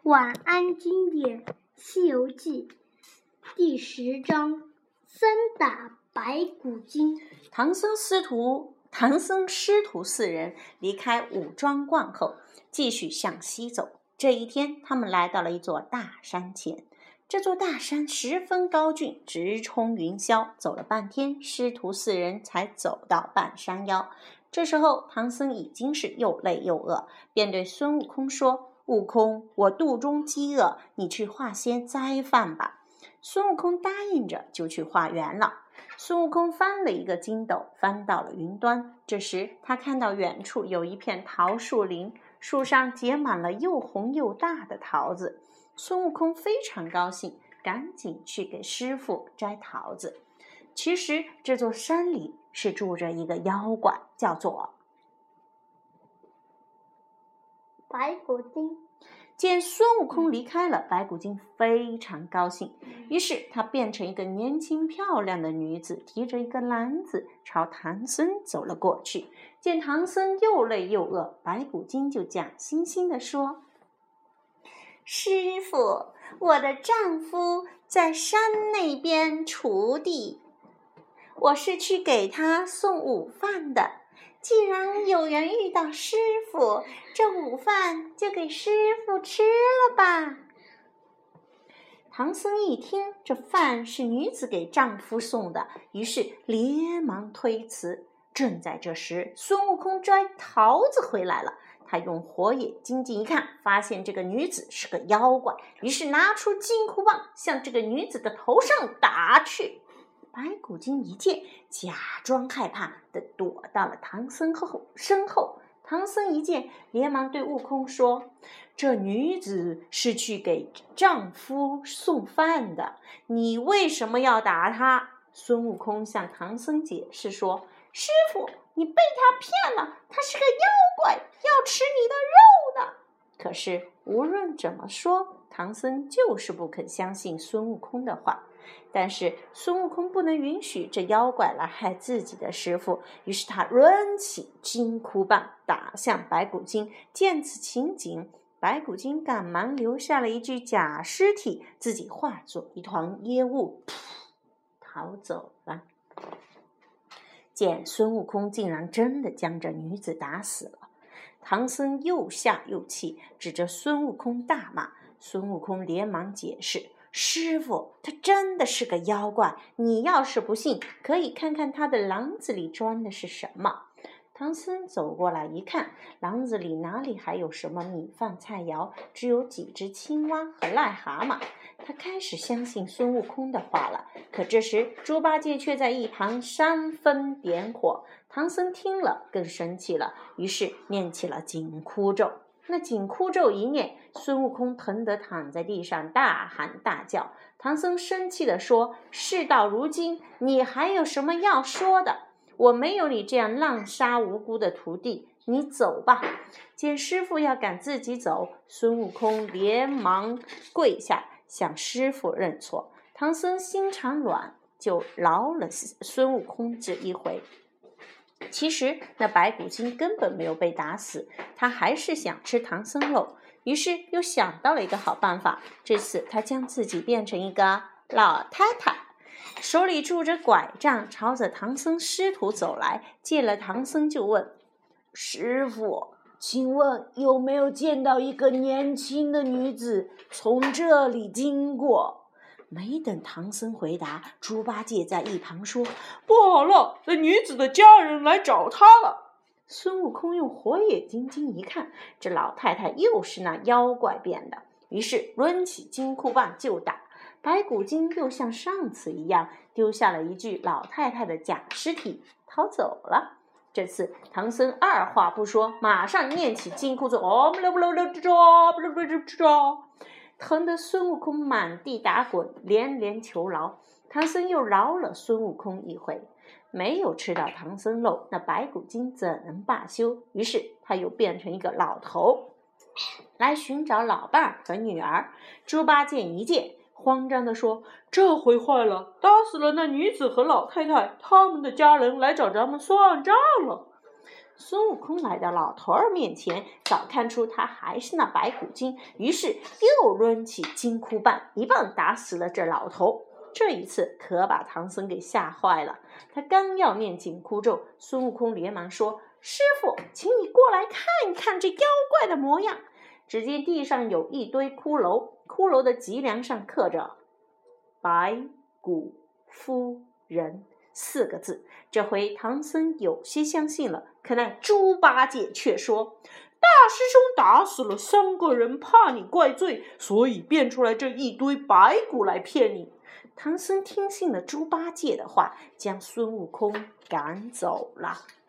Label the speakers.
Speaker 1: 晚安经典《西游记》第10章三打白骨精。
Speaker 2: 唐僧师徒4人离开武庄观后，继续向西走。这一天，他们来到了一座大山前。这座大山十分高峻，直冲云霄。走了半天，师徒4人才走到半山腰。这时候，唐僧已经是又累又饿，便对孙悟空说：“悟空，我肚中饥饿，你去化仙斋饭吧。”孙悟空答应着，就去化缘了。孙悟空翻了一个筋斗，翻到了云端。这时，他看到远处有一片桃树林，树上结满了又红又大的桃子。孙悟空非常高兴，赶紧去给师傅摘桃子。其实，这座山里是住着一个妖怪，叫做
Speaker 1: 白骨精。
Speaker 2: 见孙悟空离开了，白骨精非常高兴，于是她变成一个年轻漂亮的女子，提着一个篮子朝唐僧走了过去。见唐僧又累又饿，白骨精就假惺惺地说：“师傅，我的丈夫在山那边锄地，我是去给他送午饭的。既然有缘遇到师傅，这午饭就给师傅吃了吧。”唐僧一听这饭是女子给丈夫送的，于是连忙推辞。正在这时，孙悟空摘桃子回来了。他用火眼金睛一看，发现这个女子是个妖怪，于是拿出金箍棒向这个女子的头上打去。白骨精一见，假装害怕地躲到了唐僧身后。唐僧一见，连忙对悟空说：“这女子是去给丈夫送饭的，你为什么要打她？”孙悟空向唐僧解释说：“师傅，你被他骗了，他是个妖怪，要吃你的肉呢。”可是无论怎么说，唐僧就是不肯相信孙悟空的话。但是孙悟空不能允许这妖怪来害自己的师傅，于是他抡起金箍棒打向白骨精。见此情景，白骨精赶忙留下了一具假尸体，自己化作一团烟雾，逃走了。见孙悟空竟然真的将这女子打死了，唐僧又吓又气，指着孙悟空大骂。孙悟空连忙解释：“师傅，他真的是个妖怪，你要是不信，可以看看他的篮子里装的是什么。”唐僧走过来一看，篮子里哪里还有什么米饭菜肴，只有几只青蛙和癞蛤蟆。他开始相信孙悟空的话了。可这时猪八戒却在一旁煽风点火。唐僧听了更生气了，于是念起了紧箍咒。那紧箍咒一念，孙悟空疼得躺在地上大喊大叫。唐僧生气地说：“事到如今，你还有什么要说的？我没有你这样滥杀无辜的徒弟，你走吧。”见师傅要赶自己走，孙悟空连忙跪下向师傅认错。唐僧心肠软，就饶了孙悟空这一回。其实那白骨精根本没有被打死，他还是想吃唐僧肉，于是又想到了一个好办法。这次他将自己变成一个老太太，手里拄着拐杖，朝着唐僧师徒走来。见了唐僧就问：“师傅，请问有没有见到一个年轻的女子从这里经过？”没等唐僧回答，猪八戒在一旁说：“
Speaker 3: 不好了，那女子的家人来找她了。”
Speaker 2: 孙悟空用火眼金睛一看，这老太太又是那妖怪变的，于是抡起金箍棒就打。白骨精又像上次一样，丢下了一具老太太的假尸体，逃走了。这次唐僧二话不说，马上念起金箍咒，疼得孙悟空满地打滚，连连求饶。唐僧又饶了孙悟空一回，没有吃到唐僧肉，那白骨精怎能罢休？于是他又变成一个老头，来寻找老伴儿和女儿。猪八戒一见，慌张地说：“
Speaker 3: 这回坏了，打死了那女子和老太太，他们的家人来找咱们算账了。”
Speaker 2: 孙悟空来到老头儿面前，早看出他还是那白骨精，于是又抡起金箍棒，一棒打死了这老头。这一次可把唐僧给吓坏了，他刚要念紧箍咒，孙悟空连忙说：“师傅，请你过来看一看这妖怪的模样。”只见地上有一堆骷髅，骷髅的脊梁上刻着“白骨夫人”4个字。这回唐僧有些相信了，可那猪八戒却说：“大师兄打死了3个人，怕你怪罪，所以变出来这一堆白骨来骗你。”唐僧听信了猪八戒的话，将孙悟空赶走了。